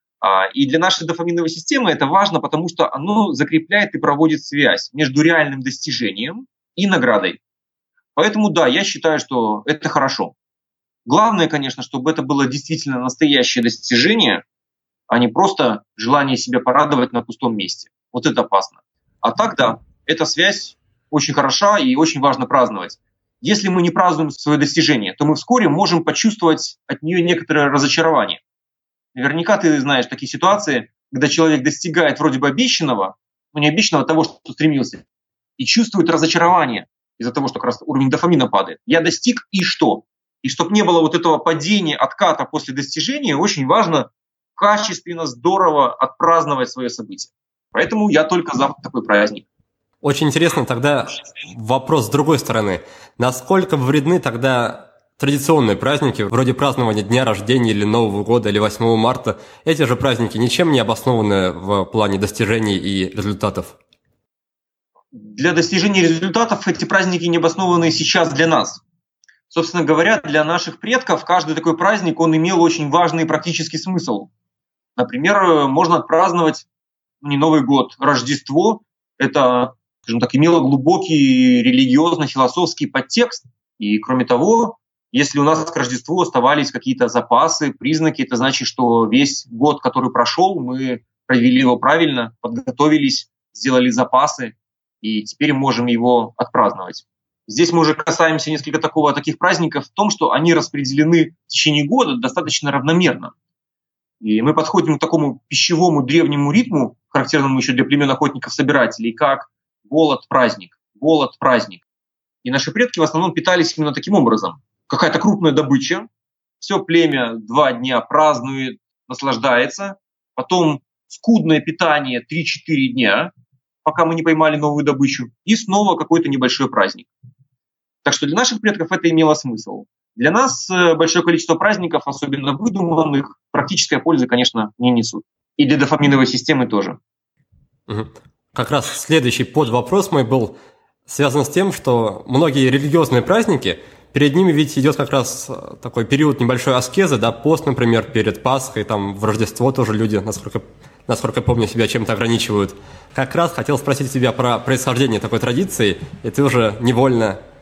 И для нашей дофаминовой системы это важно, потому что оно закрепляет и проводит связь между реальным достижением и наградой. Поэтому да, я считаю, что это хорошо. Главное, конечно, чтобы это было действительно настоящее достижение, а не просто желание себя порадовать на пустом месте. Вот это опасно. А так да, эта связь очень хороша и очень важно праздновать. Если мы не празднуем свое достижение, то мы вскоре можем почувствовать от нее некоторое разочарование. Наверняка ты знаешь такие ситуации, когда человек достигает вроде бы обещанного, но не обещанного того, что стремился, и чувствует разочарование из-за того, что как раз уровень дофамина падает. Я достиг, и что? И чтобы не было вот этого падения, отката после достижения, очень важно качественно, здорово отпраздновать свое событие. Поэтому я только за такой праздник. Очень интересно тогда вопрос с другой стороны. Насколько вредны тогда традиционные праздники, вроде празднования дня рождения или Нового года, или 8 марта? Эти же праздники ничем не обоснованы в плане достижений и результатов? Для достижения результатов эти праздники не обоснованы сейчас для нас. Собственно говоря, для наших предков каждый такой праздник, он имел очень важный практический смысл. Например, можно отпраздновать не Новый год, Рождество. Это, скажем так, имело глубокий религиозно-философский подтекст. И кроме того, если у нас к Рождеству оставались какие-то запасы, признаки, это значит, что весь год, который прошел, мы провели его правильно, подготовились, сделали запасы, и теперь можем его отпраздновать. Здесь мы уже касаемся несколько таких праздников в том, что они распределены в течение года достаточно равномерно. И мы подходим к такому пищевому древнему ритму, характерному еще для племен охотников-собирателей, как голод-праздник, голод-праздник. И наши предки в основном питались именно таким образом. Какая-то крупная добыча, все племя 2 дня празднует, наслаждается, потом скудное питание 3-4 дня, пока мы не поймали новую добычу, и снова какой-то небольшой праздник. Так что для наших предков это имело смысл. Для нас большое количество праздников, особенно выдуманных, практической пользы, конечно, не несут. И для дофаминовой системы тоже. Угу. Как раз следующий подвопрос мой был связан с тем, что многие религиозные праздники, перед ними ведь идет как раз такой период небольшой аскезы, да, пост, например, перед Пасхой, там в Рождество тоже люди, насколько помню, себя чем-то ограничивают. Как раз хотел спросить тебя про происхождение такой традиции, и ты уже невольно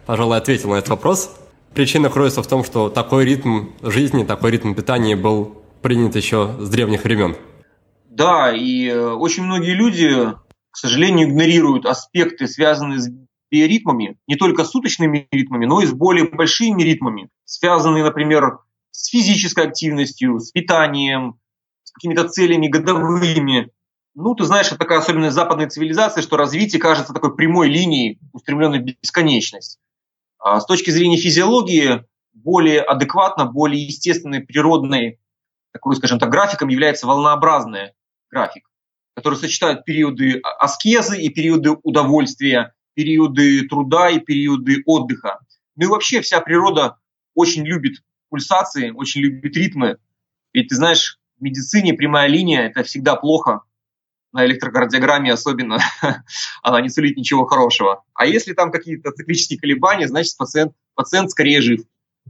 пожалуй, ответил на этот вопрос. Причина кроется в том, что такой ритм жизни, такой ритм питания был принят еще с древних времен. Да, и очень многие люди, к сожалению, игнорируют аспекты, связанные с биоритмами, не только с суточными ритмами, но и с более большими ритмами, связанные, например, с физической активностью, с питанием, с какими-то целями годовыми. Ну, ты знаешь, это такая особенность западной цивилизации, что развитие кажется такой прямой линией, устремленной в бесконечность. А с точки зрения физиологии, более адекватно, более естественной, природной, такой, скажем так, графиком является волнообразный график, который сочетает периоды аскезы и периоды удовольствия, периоды труда и периоды отдыха. Ну и вообще вся природа очень любит пульсации, очень любит ритмы. Ведь ты знаешь, в медицине прямая линия – это всегда плохо. На электрокардиограмме особенно она не сулит ничего хорошего. А если там какие-то циклические колебания, значит пациент скорее жив.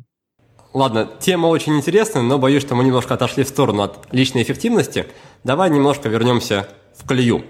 Ладно, тема очень интересная, но боюсь, что мы немножко отошли в сторону от личной эффективности. Давай немножко вернемся в колею.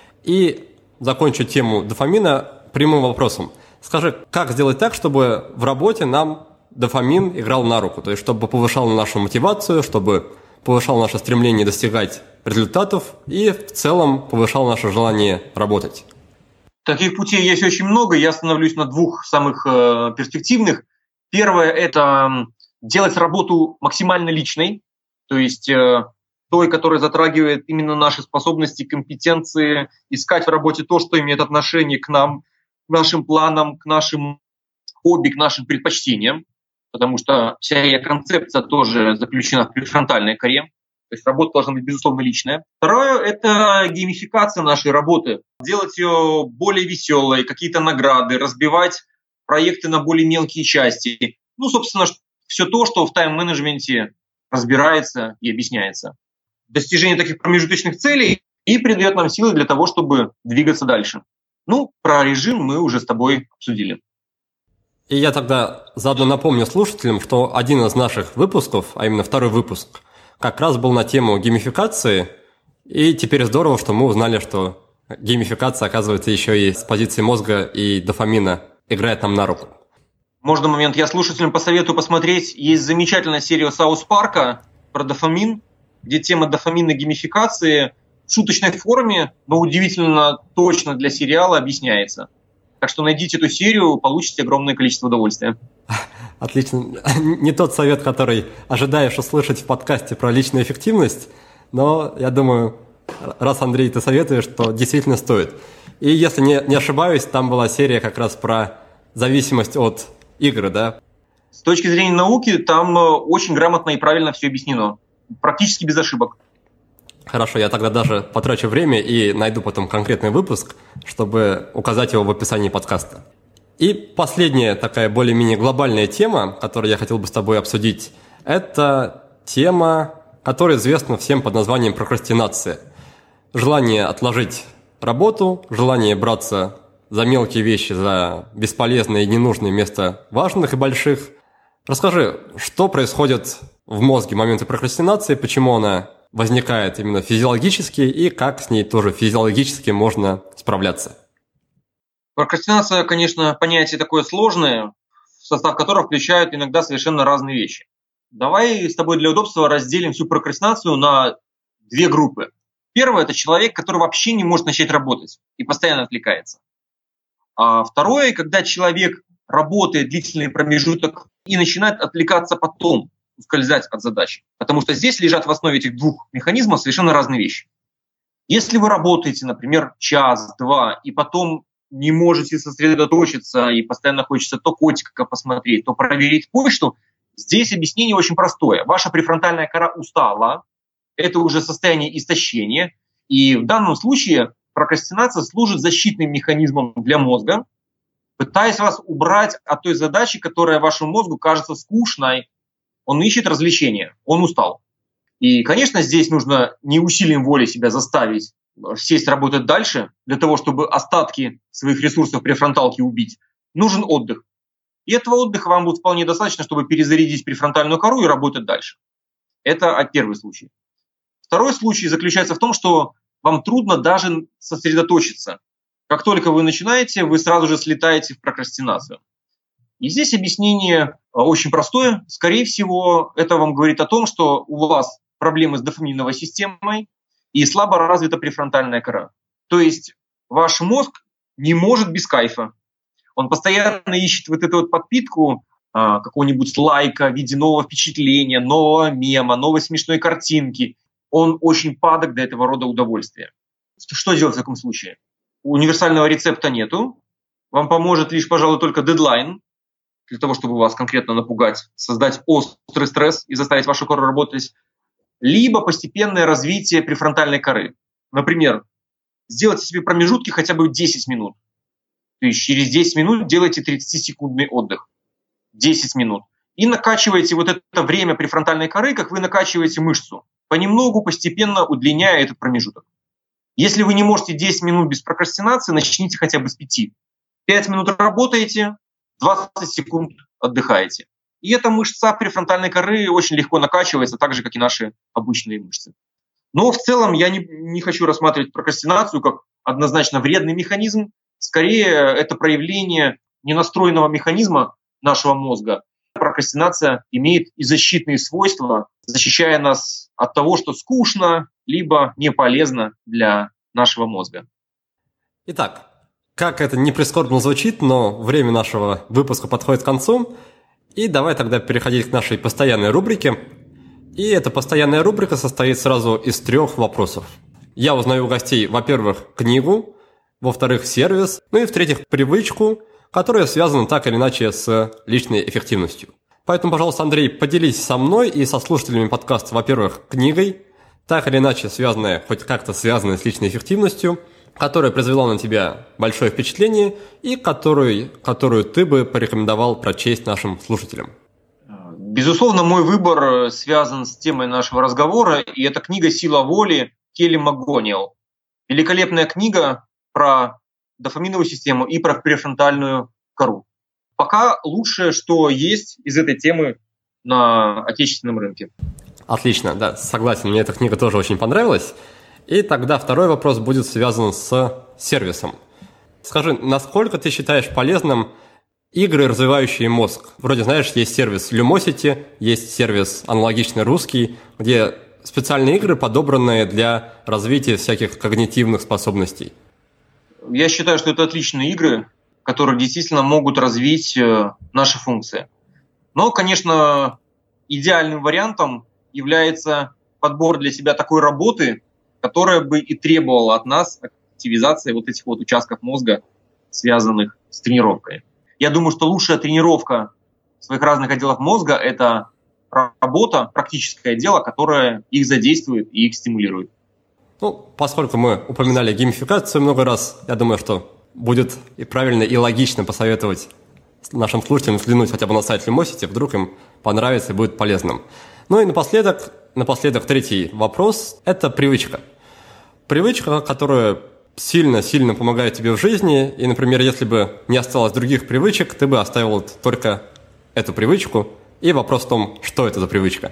И закончу тему дофамина прямым вопросом. Скажи, как сделать так, чтобы в работе нам дофамин играл на руку? То есть, чтобы повышал нашу мотивацию, чтобы повышал наше стремление достигать результатов и в целом повышал наше желание работать. Таких путей есть очень много. Я остановлюсь на двух самых перспективных. Первое – это делать работу максимально личной, то есть той, которая затрагивает именно наши способности, компетенции, искать в работе то, что имеет отношение к нам, к нашим планам, к нашим хобби, к нашим предпочтениям, потому что вся ее концепция тоже заключена в префронтальной коре. То есть работа должна быть, безусловно, личная. Второе – это геймификация нашей работы. Делать ее более веселой, какие-то награды, разбивать проекты на более мелкие части. Ну, собственно, все то, что в тайм-менеджменте разбирается и объясняется. Достижение таких промежуточных целей и придает нам силы для того, чтобы двигаться дальше. Ну, про режим мы уже с тобой обсудили. И я тогда заодно напомню слушателям, что один из наших выпусков, а именно второй выпуск, как раз был на тему геймификации, и теперь здорово, что мы узнали, что геймификация, оказывается, еще и с позиции мозга и дофамина играет нам на руку. Можно момент, я слушателям посоветую посмотреть, есть замечательная серия Саус Парка про дофамин, где тема дофаминной геймификации в шуточной форме, но удивительно точно для сериала объясняется. Так что найдите эту серию, получите огромное количество удовольствия. Отлично. Не тот совет, который ожидаешь услышать в подкасте про личную эффективность, но я думаю, раз, Андрей, ты советуешь, то действительно стоит. И если не ошибаюсь, там была серия как раз про зависимость от игры, да? С точки зрения науки, там очень грамотно и правильно все объяснено. Практически без ошибок. Хорошо, я тогда даже потрачу время и найду потом конкретный выпуск, чтобы указать его в описании подкаста. И последняя такая более-менее глобальная тема, которую я хотел бы с тобой обсудить, это тема, которая известна всем под названием прокрастинация. Желание отложить работу, желание браться за мелкие вещи, за бесполезные и ненужные вместо важных и больших. Расскажи, что происходит в мозге в моменты прокрастинации, почему она возникает именно физиологически и как с ней тоже физиологически можно справляться? Прокрастинация, конечно, понятие такое сложное, в состав которого включают иногда совершенно разные вещи. Давай с тобой для удобства разделим всю прокрастинацию на две группы. Первое – это человек, который вообще не может начать работать и постоянно отвлекается. А второе – когда человек работает длительный промежуток и начинает отвлекаться потом, ускользать от задачи. Потому что здесь лежат в основе этих двух механизмов совершенно разные вещи. Если вы работаете, например, час-два, и потом не можете сосредоточиться, и постоянно хочется то котика посмотреть, то проверить почту, здесь объяснение очень простое. Ваша префронтальная кора устала, это уже состояние истощения, и в данном случае прокрастинация служит защитным механизмом для мозга, пытаясь вас убрать от той задачи, которая вашему мозгу кажется скучной. Он ищет развлечения, он устал. И, конечно, здесь нужно не усилием воли себя заставить сесть работать дальше, для того, чтобы остатки своих ресурсов префронталки убить. Нужен отдых. И этого отдыха вам будет вполне достаточно, чтобы перезарядить префронтальную кору и работать дальше. Это первый случай. Второй случай заключается в том, что вам трудно даже сосредоточиться. Как только вы начинаете, вы сразу же слетаете в прокрастинацию. И здесь объяснение очень простое. Скорее всего, это вам говорит о том, что у вас проблемы с дофаминовой системой и слабо развита префронтальная кора. То есть ваш мозг не может без кайфа. Он постоянно ищет вот эту вот подпитку какого-нибудь лайка в виде нового впечатления, нового мема, новой смешной картинки. Он очень падок до этого рода удовольствия. Что делать в таком случае? Универсального рецепта нету. Вам поможет лишь, пожалуй, только дедлайн, для того, чтобы вас конкретно напугать, создать острый стресс и заставить вашу кору работать. Либо постепенное развитие префронтальной коры. Например, сделайте себе промежутки хотя бы 10 минут. То есть через 10 минут делайте 30-секундный отдых. 10 минут. И накачиваете вот это время префронтальной коры, как вы накачиваете мышцу. Понемногу, постепенно удлиняя этот промежуток. Если вы не можете 10 минут без прокрастинации, начните хотя бы с 5. 5 минут работаете, 20 секунд отдыхаете. И эта мышца префронтальной коры очень легко накачивается, так же, как и наши обычные мышцы. Но в целом я не хочу рассматривать прокрастинацию как однозначно вредный механизм. Скорее, это проявление ненастроенного механизма нашего мозга. Прокрастинация имеет и защитные свойства, защищая нас от того, что скучно, либо не полезно для нашего мозга. Итак, как это не прискорбно звучит, но время нашего выпуска подходит к концу. И давай тогда переходить к нашей постоянной рубрике. И эта постоянная рубрика состоит сразу из 3 вопросов. Я узнаю у гостей, во-первых, книгу, во-вторых, сервис, ну и в-третьих, привычку, которая связана так или иначе с личной эффективностью. Поэтому, пожалуйста, Андрей, поделись со мной и со слушателями подкаста, во-первых, книгой, так или иначе связанная, хоть как-то связанная с личной эффективностью, которая произвела на тебя большое впечатление и которую ты бы порекомендовал прочесть нашим слушателям. Безусловно, мой выбор связан с темой нашего разговора, и это книга «Сила воли» Келли МакГониал. Великолепная книга про дофаминовую систему и про префронтальную кору. Пока лучшее, что есть из этой темы на отечественном рынке. Отлично, да, согласен, мне эта книга тоже очень понравилась. И тогда второй вопрос будет связан с сервисом. Скажи, насколько ты считаешь полезным игры, развивающие мозг? Вроде, знаешь, есть сервис Lumosity, есть сервис аналогичный русский, где специальные игры, подобранные для развития всяких когнитивных способностей. Я считаю, что это отличные игры, которые действительно могут развить наши функции. Но, конечно, идеальным вариантом является подбор для себя такой работы, которая бы и требовала от нас активизации вот этих вот участков мозга, связанных с тренировкой. Я думаю, что лучшая тренировка своих разных отделов мозга – это работа, практическое дело, которое их задействует и их стимулирует. Ну, поскольку мы упоминали геймификацию много раз, я думаю, что будет и правильно, и логично посоветовать нашим слушателям взглянуть хотя бы на сайт Lumosity, вдруг им понравится и будет полезным. Ну и напоследок 3-й вопрос – это привычка. Привычка, которая сильно-сильно помогает тебе в жизни, и, например, если бы не осталось других привычек, ты бы оставил только эту привычку. И вопрос в том, что это за привычка.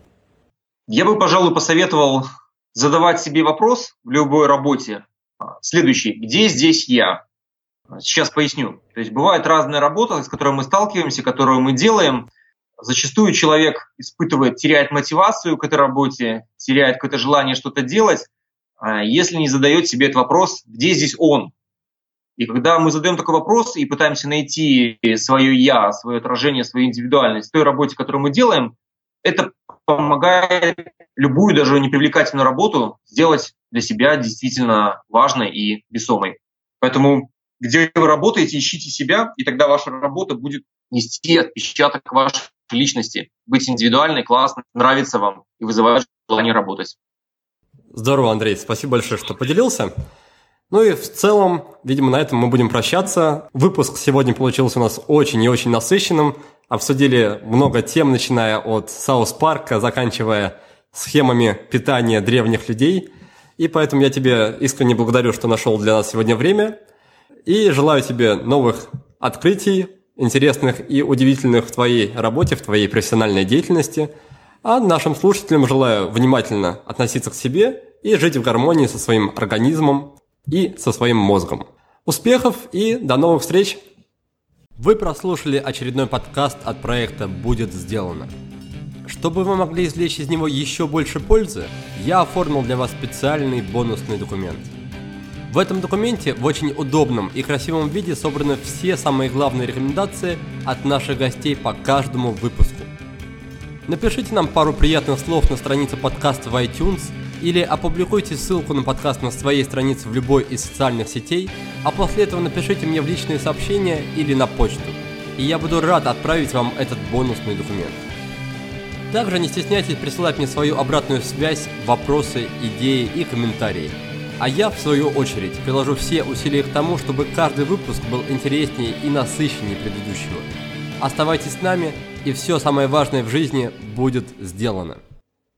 Я бы, пожалуй, посоветовал задавать себе вопрос в любой работе следующий: где здесь я? Сейчас поясню. То есть бывает разная работа, с которой мы сталкиваемся, которую мы делаем. Зачастую человек теряет мотивацию к этой работе, теряет какое-то желание что-то делать, если не задает себе этот вопрос, где здесь он. И когда мы задаем такой вопрос и пытаемся найти свое «я», свое отражение, свою индивидуальность в той работе, которую мы делаем, это помогает любую, даже непривлекательную работу сделать для себя действительно важной и весомой. Поэтому где вы работаете, ищите себя, и тогда ваша работа будет нести отпечаток вашей личности, быть индивидуальной, классной, нравится вам и вызывать желание работать. Здорово, Андрей, спасибо большое, что поделился. Ну и в целом, видимо, на этом мы будем прощаться. Выпуск сегодня получился у нас очень и очень насыщенным. Обсудили много тем, начиная от Саус Парка, заканчивая схемами питания древних людей. И поэтому я тебе искренне благодарю, что нашел для нас сегодня время. И желаю тебе новых открытий, интересных и удивительных в твоей работе, в твоей профессиональной деятельности. А нашим слушателям желаю внимательно относиться к себе и жить в гармонии со своим организмом и со своим мозгом. Успехов и до новых встреч! Вы прослушали очередной подкаст от проекта «Будет сделано». Чтобы вы могли извлечь из него еще больше пользы, я оформил для вас специальный бонусный документ. В этом документе в очень удобном и красивом виде собраны все самые главные рекомендации от наших гостей по каждому выпуску. Напишите нам пару приятных слов на странице подкаста в iTunes или опубликуйте ссылку на подкаст на своей странице в любой из социальных сетей, а после этого напишите мне в личные сообщения или на почту, и я буду рад отправить вам этот бонусный документ. Также не стесняйтесь присылать мне свою обратную связь, вопросы, идеи и комментарии. А я, в свою очередь, приложу все усилия к тому, чтобы каждый выпуск был интереснее и насыщеннее предыдущего. Оставайтесь с нами, и все самое важное в жизни будет сделано.